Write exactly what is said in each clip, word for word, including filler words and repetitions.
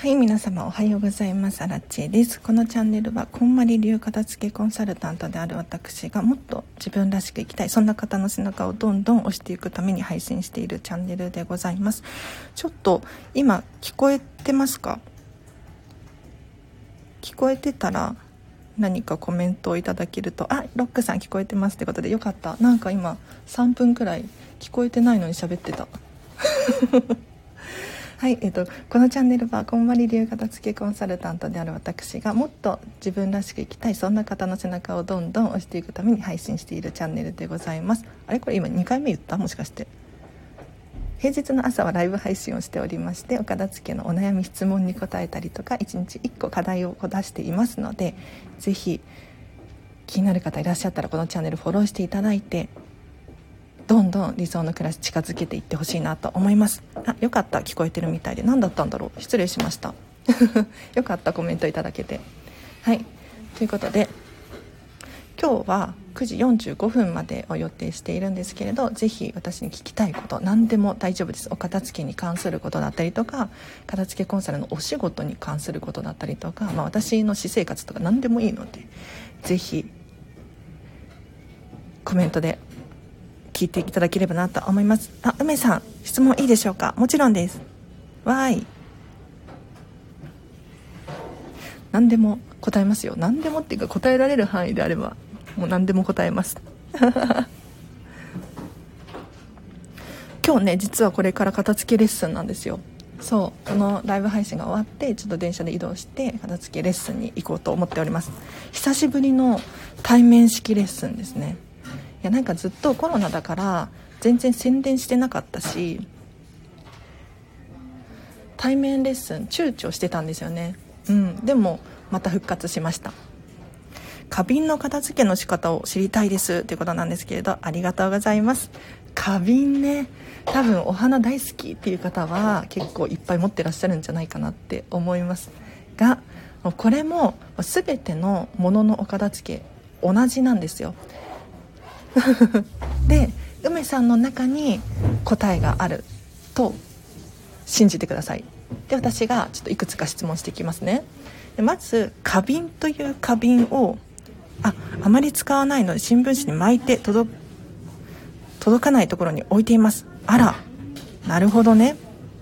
はい、皆様おはようございます。アラチェです。このチャンネルはこんまり流片付けコンサルタントである私がもっと自分らしく生きたい、そんな方の背中をどんどん押していくために配信しているチャンネルでございます。ちょっと今聞こえてますか？聞こえてたら何かコメントをいただけると、あ、ロックさん聞こえてますってことでよかった。なんか今さんぷんくらい聞こえてないのに喋ってたはい、えーと、このチャンネルはこんまり流片付けコンサルタントである私がもっと自分らしく生きたい、そんな方の背中をどんどん押していくために配信しているチャンネルでございます。あれ、これ今にかいめ言った？もしかして。平日の朝はライブ配信をしておりまして、お片付けのお悩み質問に答えたりとか、いちにちいっこ課題を出していますので、ぜひ気になる方いらっしゃったらこのチャンネルフォローしていただいて、どんどん理想の暮らし近づけていってほしいなと思います。あ、よかった、聞こえてるみたいで。何だったんだろう、失礼しましたよかった、コメントいただけて。はい、ということで今日はくじよんじゅうごふんまでを予定しているんですけれど、ぜひ私に聞きたいこと何でも大丈夫です。お片付けに関することだったりとか、片付けコンサルのお仕事に関することだったりとか、まあ、私の私生活とか何でもいいので、ぜひコメントで聞いていただければなと思います。あ、梅さん、質問いいでしょうか？もちろんです。わーい。何でも答えますよ。何でもっていうか、答えられる範囲であればもう何でも答えます今日ね、実はこれから片付けレッスンなんですよ。そう、このライブ配信が終わってちょっと電車で移動して片付けレッスンに行こうと思っております。久しぶりの対面式レッスンですね。いや、なんかずっとコロナだから全然宣伝してなかったし、対面レッスン躊躇してたんですよね。うん、でもまた復活しました。花瓶の片付けの仕方を知りたいですということなんですけれど、ありがとうございます。花瓶ね、多分お花大好きっていう方は結構いっぱい持ってらっしゃるんじゃないかなって思いますが、これも全てのもののお片付け同じなんですよで、梅さんの中に答えがあると信じてください。で、私がちょっといくつか質問していきますね。で、まず花瓶という花瓶をああまり使わないので新聞紙に巻いて届届かないところに置いています。あら、なるほどね。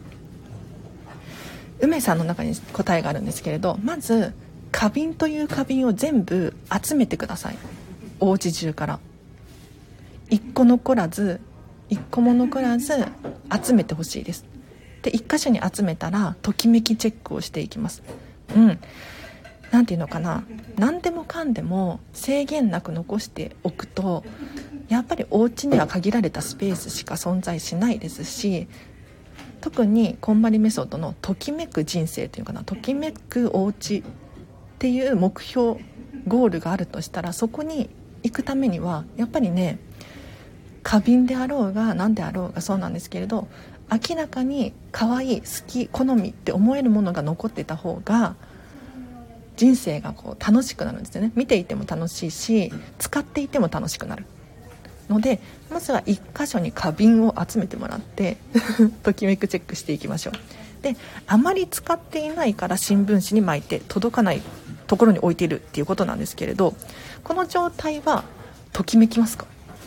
梅さんの中に答えがあるんですけれど、まず花瓶という花瓶を全部集めてください。お家中から一個残らず一個も残らず集めてほしいです。で、一箇所に集めたらときめきチェックをしていきます。うん、なんていうのかな、何でもかんでも制限なく残しておくと、やっぱりお家には限られたスペースしか存在しないですし、特にこんまりメソッドのときめく人生というかな、ときめくお家っていう目標ゴールがあるとしたら、そこに行くためにはやっぱりね、花瓶であろうが何であろうがそうなんですけれど、明らかに可愛い、好き、好みって思えるものが残ってた方が人生がこう楽しくなるんですよね。見ていても楽しいし、使っていても楽しくなるので、まずは一箇所に花瓶を集めてもらってときめくチェックしていきましょう。で、あまり使っていないから新聞紙に巻いて届かないところに置いているっていうことなんですけれど、この状態はときめきますか？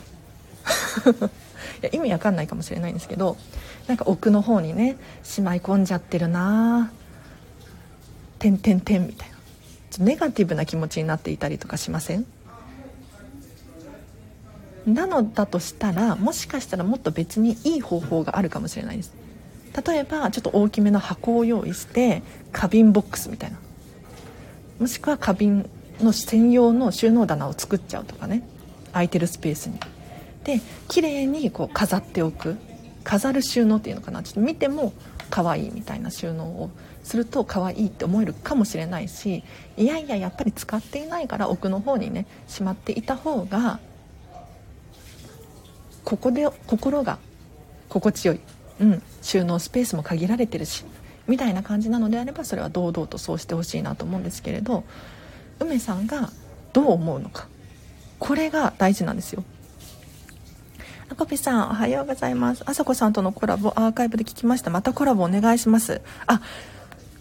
いや、意味わかんないかもしれないんですけど、なんか奥の方にねしまい込んじゃってるな、てんてんてんみたいな、ちょっとネガティブな気持ちになっていたりとかしません？なのだとしたら、もしかしたらもっと別にいい方法があるかもしれないです。例えばちょっと大きめの箱を用意して花瓶ボックスみたいな、もしくは花瓶の専用の収納棚を作っちゃうとかね、空いてるスペースに。で、綺麗にこう飾っておく、飾る収納っていうのかな、ちょっと見ても可愛いみたいな収納をすると可愛いって思えるかもしれないし、いやいややっぱり使っていないから奥の方にねしまっていた方がここで心が心地よい、うん、収納スペースも限られてるしみたいな感じなのであれば、それは堂々とそうしてほしいなと思うんですけれど、梅さんがどう思うのか、これが大事なんですよ。あこぴさん、おはようございます。あさこさんとのコラボアーカイブで聞きました。またコラボお願いします。あ、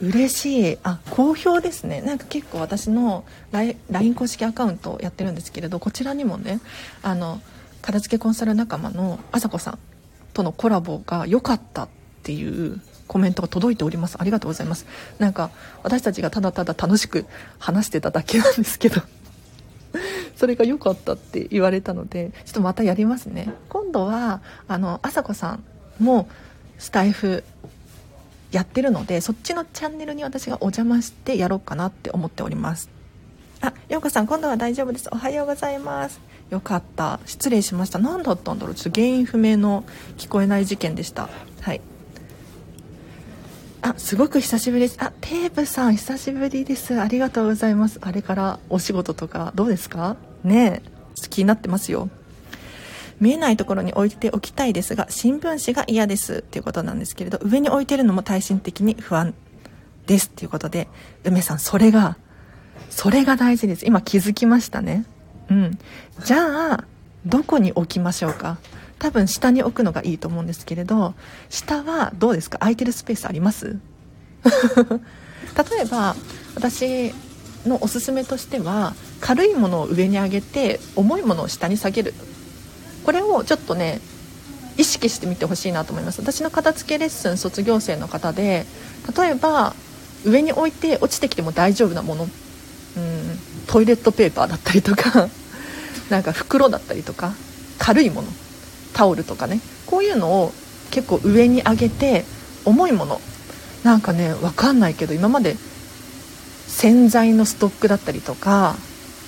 嬉しい。あ、好評ですね。なんか結構私の ライン 公式アカウントをやってるんですけれど、こちらにもね、あの片付けコンサル仲間のあさこさんとのコラボが良かったっていうコメントが届いております。ありがとうございます。なんか私たちがただただ楽しく話してただけなんですけどそれが良かったって言われたので、ちょっとまたやりますね。今度はあのあさこさんもスタイフやってるので、そっちのチャンネルに私がお邪魔してやろうかなって思っております。あ、ようこさん今度は大丈夫です。おはようございます。よかった。失礼しました。何だったんだろう。ちょっと原因不明の聞こえない事件でした。はい。あ、すごく久しぶりです。あ、テープさん久しぶりです。ありがとうございます。あれからお仕事とかどうですかね。ちょっと気になってますよ。見えないところに置いておきたいですが、新聞紙が嫌ですっていうことなんですけれど、上に置いてるのも耐震的に不安ですっていうことで、梅さんそれがそれが大事です。今気づきましたね。うん。じゃあどこに置きましょうか。多分下に置くのがいいと思うんですけれど、下はどうですか。空いてるスペースあります例えば私のおすすめとしては、軽いものを上に上げて重いものを下に下げる。これをちょっとね意識してみてほしいなと思います。私の片付けレッスン卒業生の方で、例えば上に置いて落ちてきても大丈夫なもの、うん、トイレットペーパーだったりとかなんか袋だったりとか軽いもの、タオルとかね、こういうのを結構上に上げて、重いものなんかね、わかんないけど今まで洗剤のストックだったりとか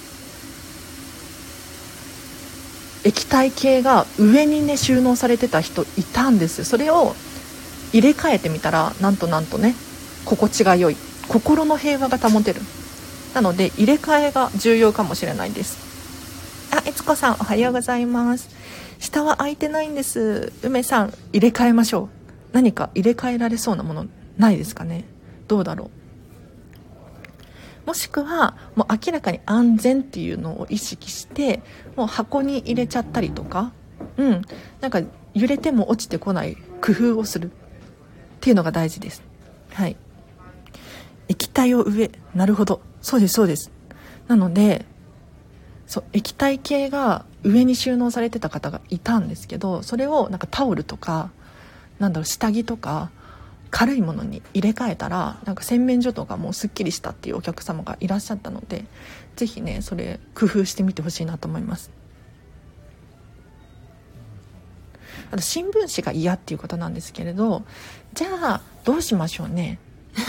液体系が上にね収納されてた人いたんですよ。それを入れ替えてみたら、なんとなんとね心地が良い、心の平和が保てる。なので入れ替えが重要かもしれないです。あ、えつこさんおはようございます。下は空いてないんです。梅さん入れ替えましょう。何か入れ替えられそうなものないですかね。どうだろう。もしくはもう明らかに安全っていうのを意識してもう箱に入れちゃったりとか、うん、なんか揺れても落ちてこない工夫をするっていうのが大事です。はい。液体を上、なるほど、そうですそうです。なのでそう液体系が上に収納されてた方がいたんですけど、それをなんかタオルとかなんだろう下着とか軽いものに入れ替えたら、なんか洗面所とかもすっきりしたっていうお客様がいらっしゃったので、ぜひねそれ工夫してみてほしいなと思います。あと新聞紙が嫌っていうことなんですけれど、じゃあどうしましょうね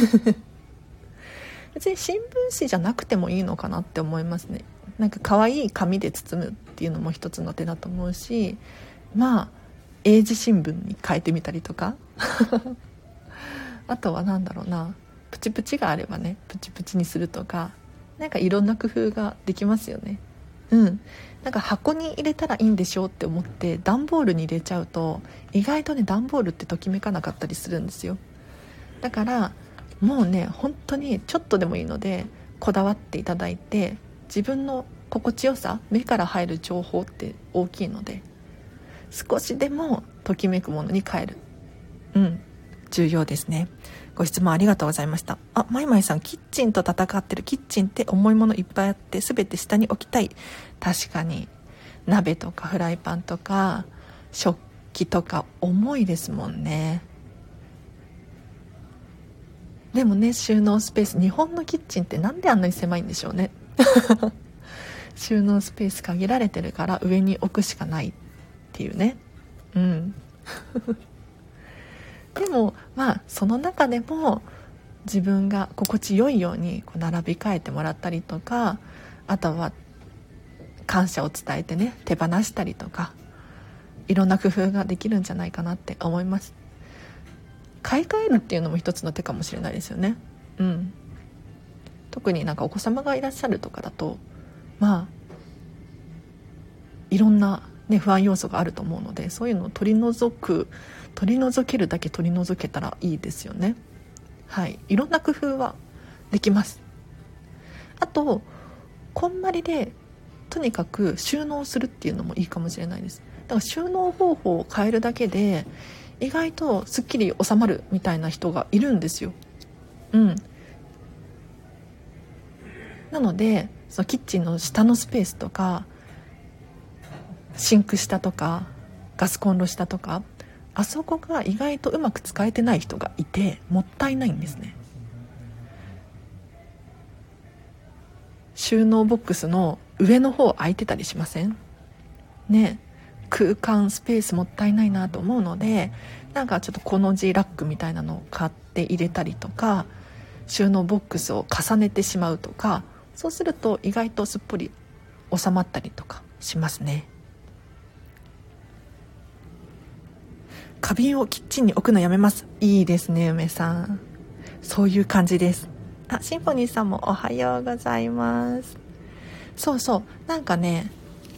別に新聞紙じゃなくてもいいのかなって思いますね。なんか可愛い紙で包むっていうのも一つの手だと思うし、まあ英字新聞に変えてみたりとかあとはなんだろうな、プチプチがあればねプチプチにするとか、なんかいろんな工夫ができますよね。うん、なんか箱に入れたらいいんでしょうって思って段ボールに入れちゃうと、意外とね段ボールってときめかなかったりするんですよ。だからもうね本当にちょっとでもいいのでこだわっていただいて、自分の心地よさ、目から入る情報って大きいので、少しでもときめくものに変える、うん重要ですね。ご質問ありがとうございました。あ、まいまいさん、キッチンと戦ってる。キッチンって重いものいっぱいあって全て下に置きたい。確かに鍋とかフライパンとか食器とか重いですもんね。でもね収納スペース、日本のキッチンってなんであんなに狭いんでしょうね収納スペース限られてるから上に置くしかないっていうね。うんでもまあその中でも自分が心地よいようにこう並び替えてもらったりとか、あとは感謝を伝えてね手放したりとか、いろんな工夫ができるんじゃないかなって思います。買い替えるっていうのも一つの手かもしれないですよね。うん、特になんかお子様がいらっしゃるとかだと、まあいろんな、ね、不安要素があると思うので、そういうのを取り除く取り除けるだけ取り除けたらいいですよね。はい、いろんな工夫はできます。あとこんまりでとにかく収納するっていうのもいいかもしれないです。だから収納方法を変えるだけで意外とすっきり収まるみたいな人がいるんですよ。 うんなのでそのキッチンの下のスペースとかシンク下とかガスコンロ下とか、あそこが意外とうまく使えてない人がいてもったいないんですね。収納ボックスの上の方空いてたりしませんね。空間スペースもったいないなと思うので、なんかちょっとコの字ラックみたいなのを買って入れたりとか、収納ボックスを重ねてしまうとか、そうすると意外とすっぽり収まったりとかしますね。花瓶をキッチンに置くのやめます。いいですね、梅さん。そういう感じです。あ、シンフォニーさんもおはようございます。そうそう、なんかね、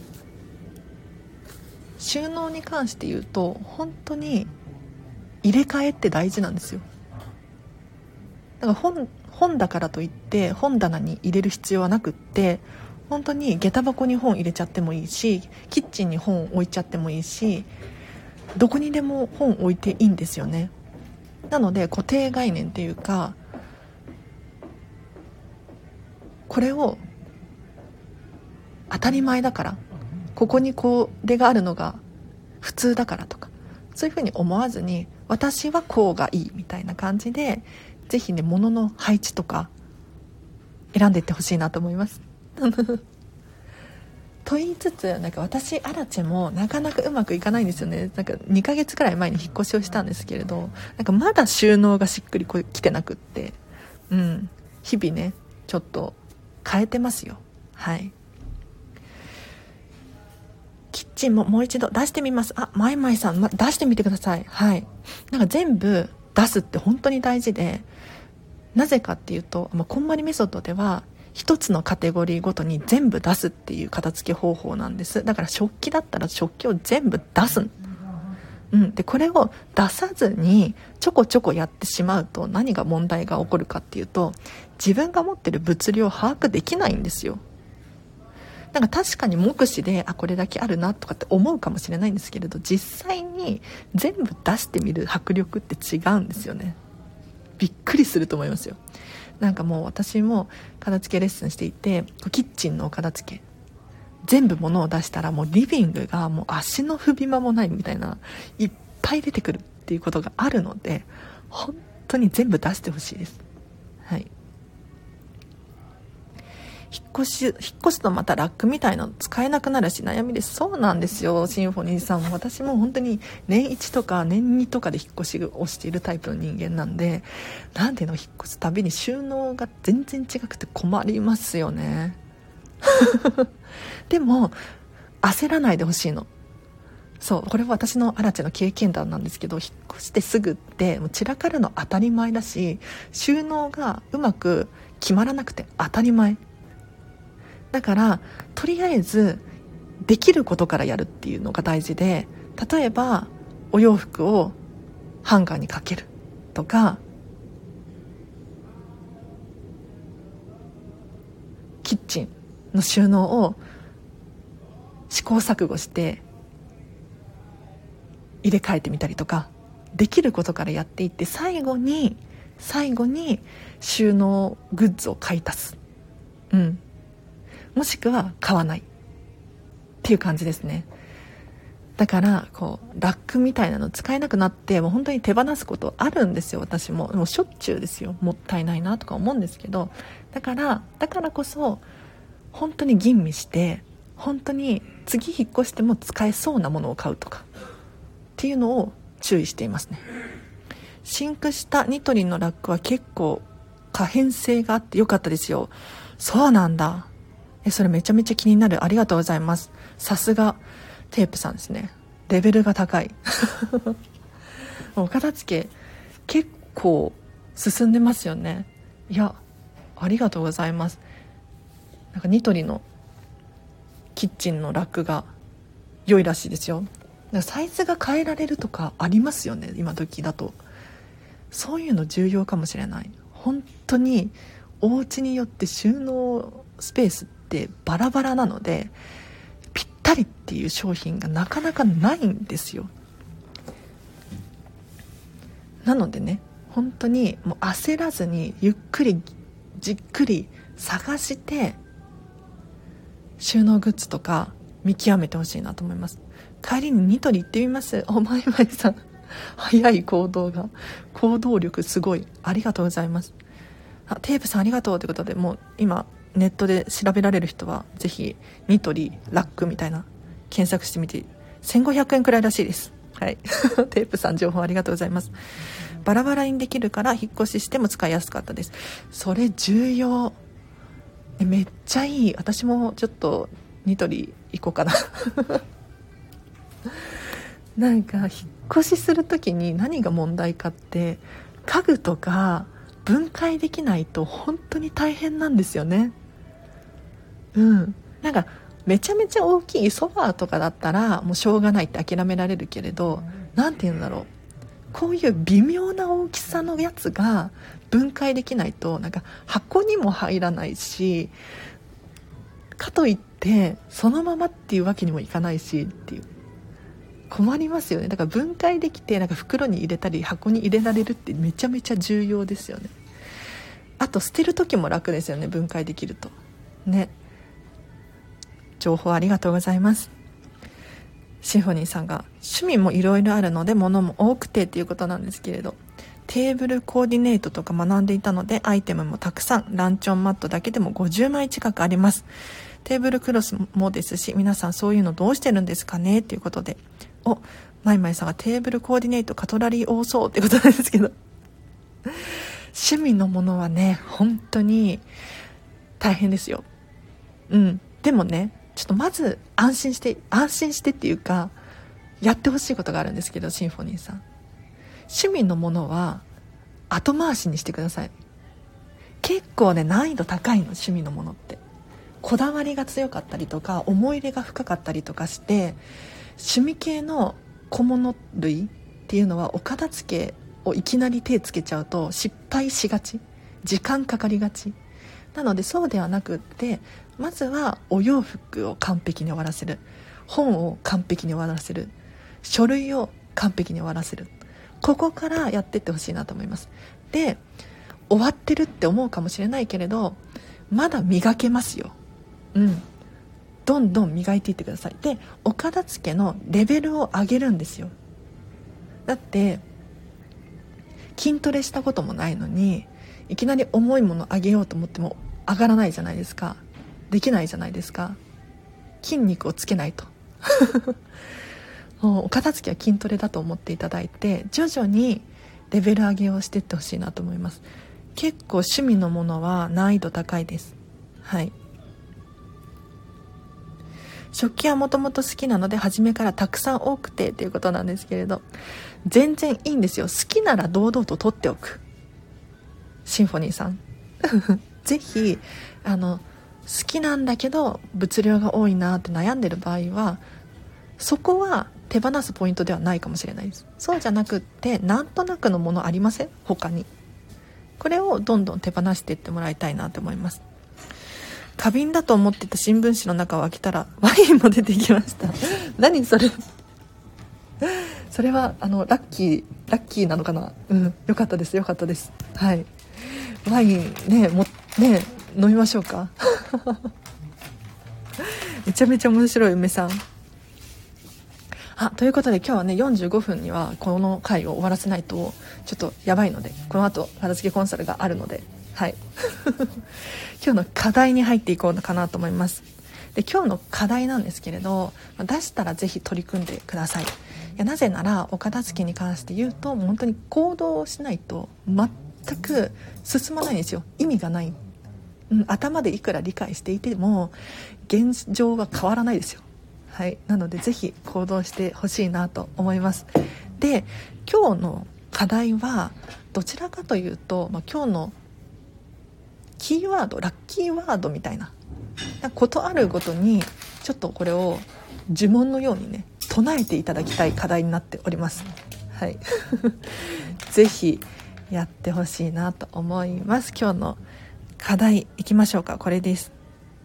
収納に関して言うと本当に入れ替えって大事なんですよ。だから 本, 本だからといって本棚に入れる必要はなくって、本当に下駄箱に本入れちゃってもいいし、キッチンに本置いちゃってもいいし、どこにでも本置いていいんですよね。なので固定概念っていうか、これを当たり前だから、ここにこれがあるのが普通だからとか、そういうふうに思わずに、私はこうがいいみたいな感じで、ぜひね、物の配置とか選んでいってほしいなと思いますと言いつつ、なんか私アラチェもなかなかうまくいかないんですよね。なんかにかげつくらい前に引っ越しをしたんですけれど、なんかまだ収納がしっくりこ来てなくって、うん、日々ねちょっと変えてますよ。はい。キッチンももう一度出してみます。あ、マイマイさん、ま、出してみてください。はい。なんか全部出すって本当に大事で、なぜかっていうと、まあ、こんまりメソッドでは一つのカテゴリーごとに全部出すっていう片付け方法なんです。だから食器だったら食器を全部出す。うん、でこれを出さずにちょこちょこやってしまうと、何が問題が起こるかっていうと、自分が持ってる物量を把握できないんですよ。なんか確かに目視で、あ、これだけあるなとかって思うかもしれないんですけれど、実際に全部出してみる迫力って違うんですよね。びっくりすると思いますよ。なんかもう私も片付けレッスンしていて、キッチンのお片付け全部物を出したら、もうリビングがもう足の踏み場もないみたいな、いっぱい出てくるっていうことがあるので、本当に全部出してほしいです。はい。引っ越し、引っ越すとまたラックみたいなの使えなくなるし悩みです。そうなんですよ、シンフォニーさんも。私も本当に年いちとか年にとかで引っ越しをしているタイプの人間なんで、なんていうの、引っ越すたびに収納が全然違くて困りますよねでも焦らないでほしいの。そう、これは私のアラチェの経験談なんですけど、引っ越してすぐってもう散らかるの当たり前だし、収納がうまく決まらなくて当たり前だから、とりあえずできることからやるっていうのが大事で、例えばお洋服をハンガーにかけるとか、キッチンの収納を試行錯誤して入れ替えてみたりとか、できることからやっていって、最後に最後に収納グッズを買い足す、うん、もしくは買わないっていう感じですね。だからこうラックみたいなの使えなくなって、もう本当に手放すことあるんですよ。私ももうしょっちゅうですよ。もったいないなとか思うんですけど、だからだからこそ本当に吟味して、本当に次引っ越しても使えそうなものを買うとかっていうのを注意していますね。シンク下ニトリのラックは結構可変性があって良かったですよ。そうなんだ。え、それめちゃめちゃ気になる。ありがとうございます。さすがテープさんですね。レベルが高いお片付け結構進んでますよね。いや、ありがとうございます。なんかニトリのキッチンのラックが良いらしいですよ。なんかサイズが変えられるとかありますよね、今時だと。そういうの重要かもしれない。本当にお家によって収納スペースってバラバラなので、ぴったりっていう商品がなかなかないんですよ。なのでね、 本当にもう焦らずにゆっくりじっくり探して収納グッズとか見極めてほしいなと思います。帰りにニトリ行ってみます。おまいまいさん早い行動が行動力すごい、ありがとうございます。あ、テープさんありがとうということで、もう今ネットで調べられる人はぜひニトリラックみたいな検索してみて、せんごひゃくえんくらいらしいです。はいテープさん情報ありがとうございます。バラバラにできるから引っ越ししても使いやすかったです。それ重要。えめっちゃいい。私もちょっとニトリ行こうかななんか引っ越しするときに何が問題かって、家具とか分解できないと本当に大変なんですよね。うんなんかめちゃめちゃ大きいソファーとかだったらもうしょうがないって諦められるけれど、なんて言うんだろう、こういう微妙な大きさのやつが分解できないとなんか箱にも入らないし、かといってそのままっていうわけにもいかないしっていう、困りますよね。だから分解できてなんか袋に入れたり箱に入れられるってめちゃめちゃ重要ですよね。あと捨てる時も楽ですよね、分解できるとね。情報ありがとうございます。シンフォニーさんが趣味もいろいろあるので物も多くてっていうことなんですけれど、テーブルコーディネートとか学んでいたのでアイテムもたくさん、ランチョンマットだけでもごじゅうまい近くあります。テーブルクロスもですし、皆さんそういうのどうしてるんですかねっていうことで、おマイマイさんがテーブルコーディネートカトラリー多そうってことなんですけど趣味のものはね本当に大変ですよ。うんでもね、ちょっとまず安心して安心してっていうかやってほしいことがあるんですけど、シンフォニーさん、趣味のものは後回しにしてください。結構ね難易度高いの、趣味のものってこだわりが強かったりとか思い入れが深かったりとかして、趣味系の小物類っていうのはお片付けをいきなり手つけちゃうと失敗しがち、時間かかりがちなので、そうではなくって、まずはお洋服を完璧に終わらせる、本を完璧に終わらせる、書類を完璧に終わらせる、ここからやってってほしいなと思います。で、終わってるって思うかもしれないけれど、まだ磨けますよ。うんどんどん磨いていってください。で、お片付けのレベルを上げるんですよ。だって筋トレしたこともないのにいきなり重いもの上げようと思っても上がらないじゃないですか。できないじゃないですか。筋肉をつけないともうお片付けは筋トレだと思っていただいて、徐々にレベル上げをしていってほしいなと思います。結構趣味のものは難易度高いです。はい。食器はもともと好きなので初めからたくさん多くてということなんですけれど、全然いいんですよ。好きなら堂々と取っておく。シンフォニーさんぜひあの好きなんだけど物量が多いなって悩んでる場合は、そこは手放すポイントではないかもしれないです。そうじゃなくって、なんとなくのものありません？他に。これをどんどん手放していってもらいたいなと思います。花瓶だと思ってた新聞紙の中を開けたらワインも出てきました何それそれはあのラッキーラッキーなのかな。うんよかったですよかったです。はい、ワインねもね飲みましょうかめちゃめちゃ面白い梅さん。あ、ということで今日はねよんじゅうごふんにはこの回を終わらせないとちょっとやばいので、この後片付けコンサルがあるので、はい今日の課題に入っていこうかなと思います。で、今日の課題なんですけれど、出したらぜひ取り組んでください。いやなぜならお片付けに関して言うと本当に行動をしないと全く進まないんですよ。意味がない、うん、頭でいくら理解していても現状は変わらないですよ。はい、なのでぜひ行動してほしいなと思います。で、今日の課題はどちらかというと、まあ、今日のキーワード、ラッキーワードみたいなことあるごとにちょっとこれを呪文のようにね唱えていただきたい課題になっております。はいぜひやってほしいなと思います。今日の課題いきましょうか。これです。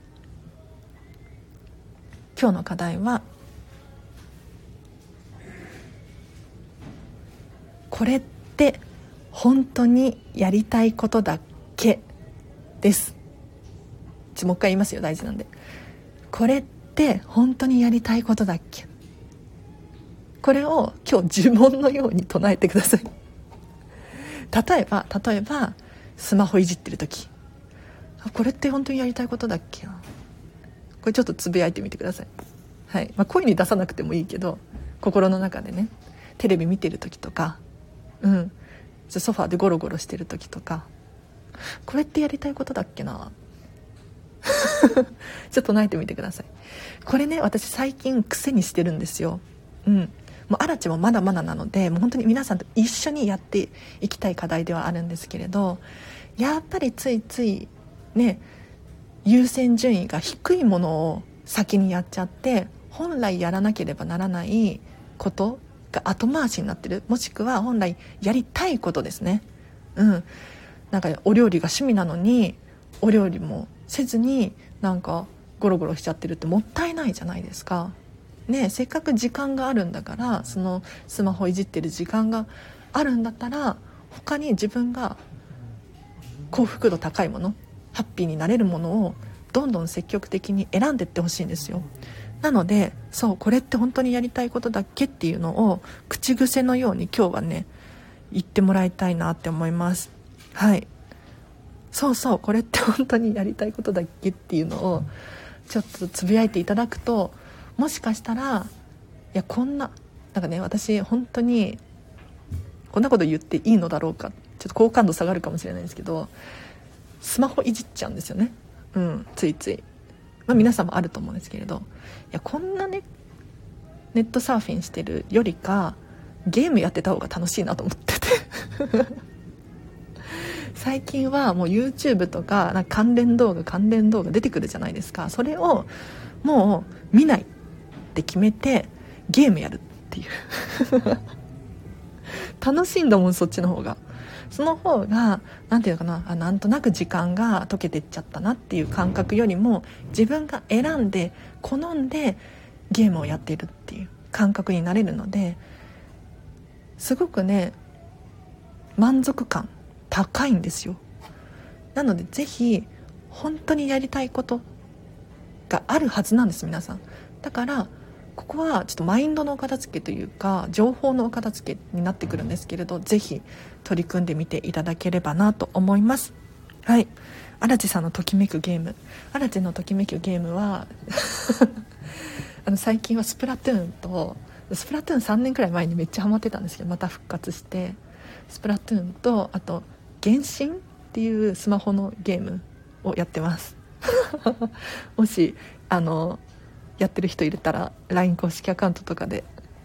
今日の課題は、これって本当にやりたいことだけです。ちょもう一回言いますよ、大事なんで。これって本当にやりたいことだっけ。これを今日呪文のように唱えてください。例えば例えばスマホいじってる時、これって本当にやりたいことだっけな、これちょっとつぶやいてみてください。はい、まあ、声に出さなくてもいいけど心の中でね、テレビ見てる時とか、うん、ソファーでゴロゴロしてる時とか、これってやりたいことだっけなちょっと唱えてみてください。これね、私最近癖にしてるんですよ。うん、もうアラチもまだまだなので、もう本当に皆さんと一緒にやっていきたい課題ではあるんですけれど、やっぱりついついね、優先順位が低いものを先にやっちゃって、本来やらなければならないことが後回しになってる、もしくは本来やりたいことですね。うん、なんかお料理が趣味なのにお料理もせずになんかゴロゴロしちゃってるってもったいないじゃないですかね。せっかく時間があるんだから、そのスマホいじってる時間があるんだったら、他に自分が幸福度高いもの、ハッピーになれるものをどんどん積極的に選んでいってほしいんですよ。なので、そう、これって本当にやりたいことだっけっていうのを口癖のように今日はね言ってもらいたいなって思います。はい、そうそう、これって本当にやりたいことだっけっていうのをちょっとつぶやいていただくと、もしかしたら、いやこんななんかね、私本当にこんなこと言っていいのだろうか、ちょっと好感度下がるかもしれないですけど、スマホいじっちゃうんですよね。うん、ついつい、まあ、皆さんもあると思うんですけれど、いやこんなねネットサーフィンしてるよりかゲームやってた方が楽しいなと思ってて最近はもう YouTube とか、なんか関連動画関連動画出てくるじゃないですか。それをもう見ないって決めてゲームやるっていう楽しいんだもん、そっちの方が。その方がなんていうのかな、あ、なんとなく時間が溶けてっちゃったなっていう感覚よりも、自分が選んで好んでゲームをやっているっていう感覚になれるので、すごくね満足感高いんですよ。なのでぜひ本当にやりたいことがあるはずなんです、皆さん。だからここはちょっとマインドのお片付けというか情報のお片付けになってくるんですけれど、ぜひ取り組んでみていただければなと思います。はい、荒地さんのときめくゲーム、荒地のときめくゲームはあの最近はスプラトゥーンと、スプラトゥーンさんねんくらい前にめっちゃハマってたんですけど、また復活して、スプラトゥーンとあと原神っていうスマホのゲームをやってますもしあのやってる人いれたら ライン 公式アカウントとかで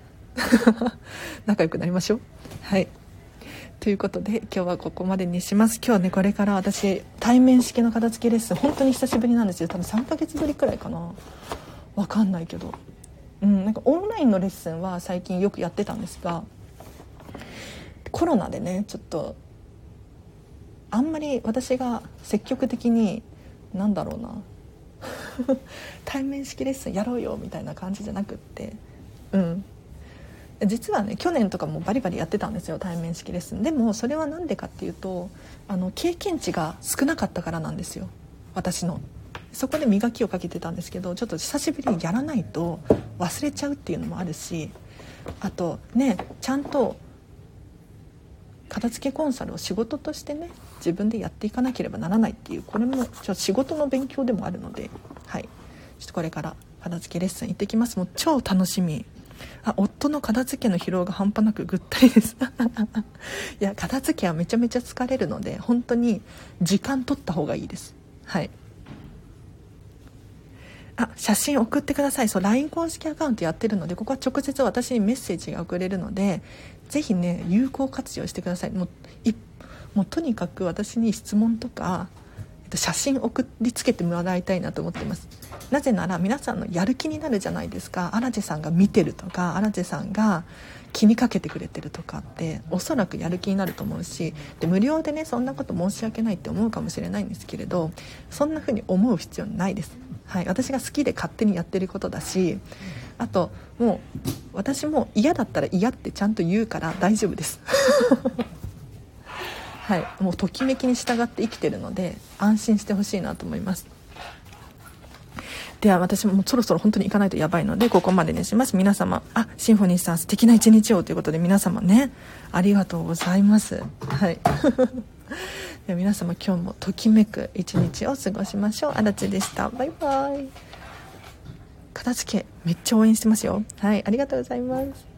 仲良くなりましょう。はい、ということで今日はここまでにします。今日ね、これから私対面式の片付けレッスン本当に久しぶりなんですよ。多分さんかげつぶりくらいかな、わかんないけど、うん、なんかオンラインのレッスンは最近よくやってたんですが、コロナでねちょっとあんまり私が積極的になんだろうな対面式レッスンやろうよみたいな感じじゃなくって、うん、実はね去年とかもバリバリやってたんですよ、対面式レッスン。でもそれはなんでかっていうと、あの経験値が少なかったからなんですよ、私の。そこで磨きをかけてたんですけど、ちょっと久しぶりにやらないと忘れちゃうっていうのもあるし、あとねちゃんと片付けコンサルを仕事としてね自分でやっていかなければならないっていう、これもちょっと仕事の勉強でもあるので、はい、ちょっとこれから片付けレッスン行ってきます。もう超楽しみ。あ、夫の片付けの疲労が半端なくぐったりですいや片付けはめちゃめちゃ疲れるので、本当に時間取った方がいいです。はい、あ、写真送ってください。そう ライン 公式アカウントやってるので、ここは直接私にメッセージが送れるので、ぜひね有効活用してください。もういもうとにかく私に質問とか、えっと、写真送りつけてもらいたいなと思っています。なぜなら皆さんのやる気になるじゃないですか。荒地さんが見てるとか、荒地さんが気にかけてくれてるとかっておそらくやる気になると思うし、で無料でねそんなこと申し訳ないって思うかもしれないんですけれど、そんな風に思う必要ないです。はい、私が好きで勝手にやってることだし、あともう私も嫌だったら嫌ってちゃんと言うから大丈夫ですはい、もうときめきに従って生きてるので安心してほしいなと思います。では私ももうそろそろ本当に行かないとやばいのでここまでにします。皆様、あ、シンフォニーさん素敵な一日をということで皆様ね、ありがとうございます。はいでは皆様今日もときめく一日を過ごしましょう。あらちでした。バイバイ。片付けめっちゃ応援してますよ。はい、ありがとうございます。